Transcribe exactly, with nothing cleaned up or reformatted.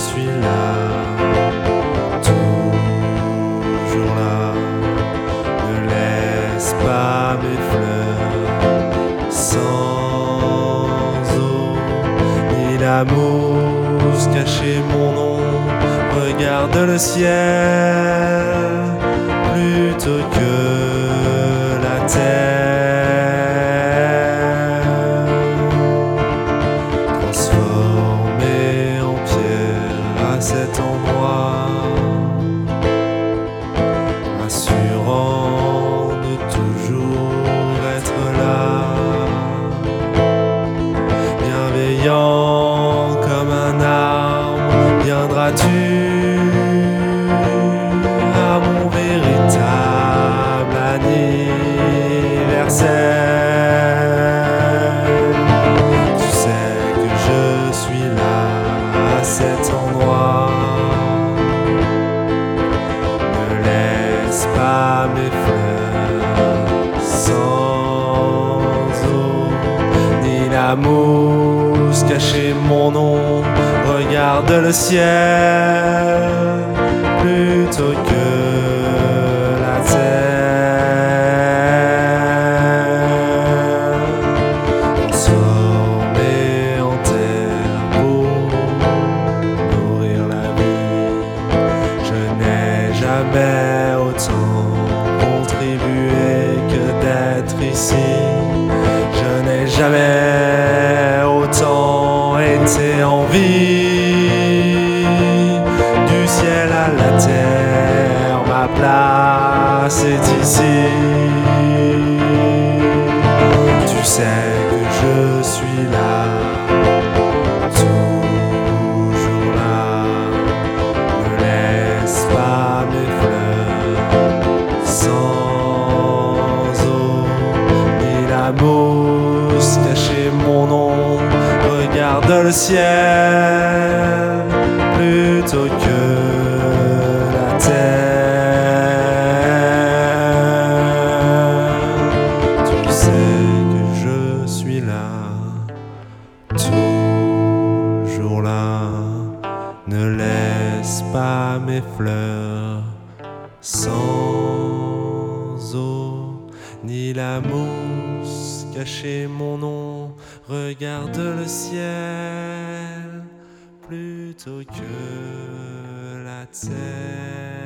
suis là, toujours là. Ne laisse pas mes fleurs sans eau, ni la mousse cacher mon nom. Regarde le ciel plutôt que la terre. Transformé en pierre à cet endroit, assurant de toujours être là, bienveillant comme un arbre. Viendras-tu à mon véritable anniversaire? Tu sais que je suis là à cet endroit. Ne laisse pas mes fleurs sans eau, ni la mousse cacher mon nom. Regarde le ciel plutôt que la terre. Transformé en terre pour nourrir la vie. Je n'ai jamais autant contribué que d'être ici. Je n'ai jamais autant été en vie. Du ciel à la terre, ma place est ici. Tu sais que je suis là, toujours là. Ne laisse pas mes fleurs sans eau, ni la mousse cacher mon nom. Regarde le ciel plutôt que la terre. Tu sais que je suis là, toujours là. Ne laisse pas mes fleurs sans eau, ni la mousse cacher mon nom. Regarde le ciel plutôt que la terre.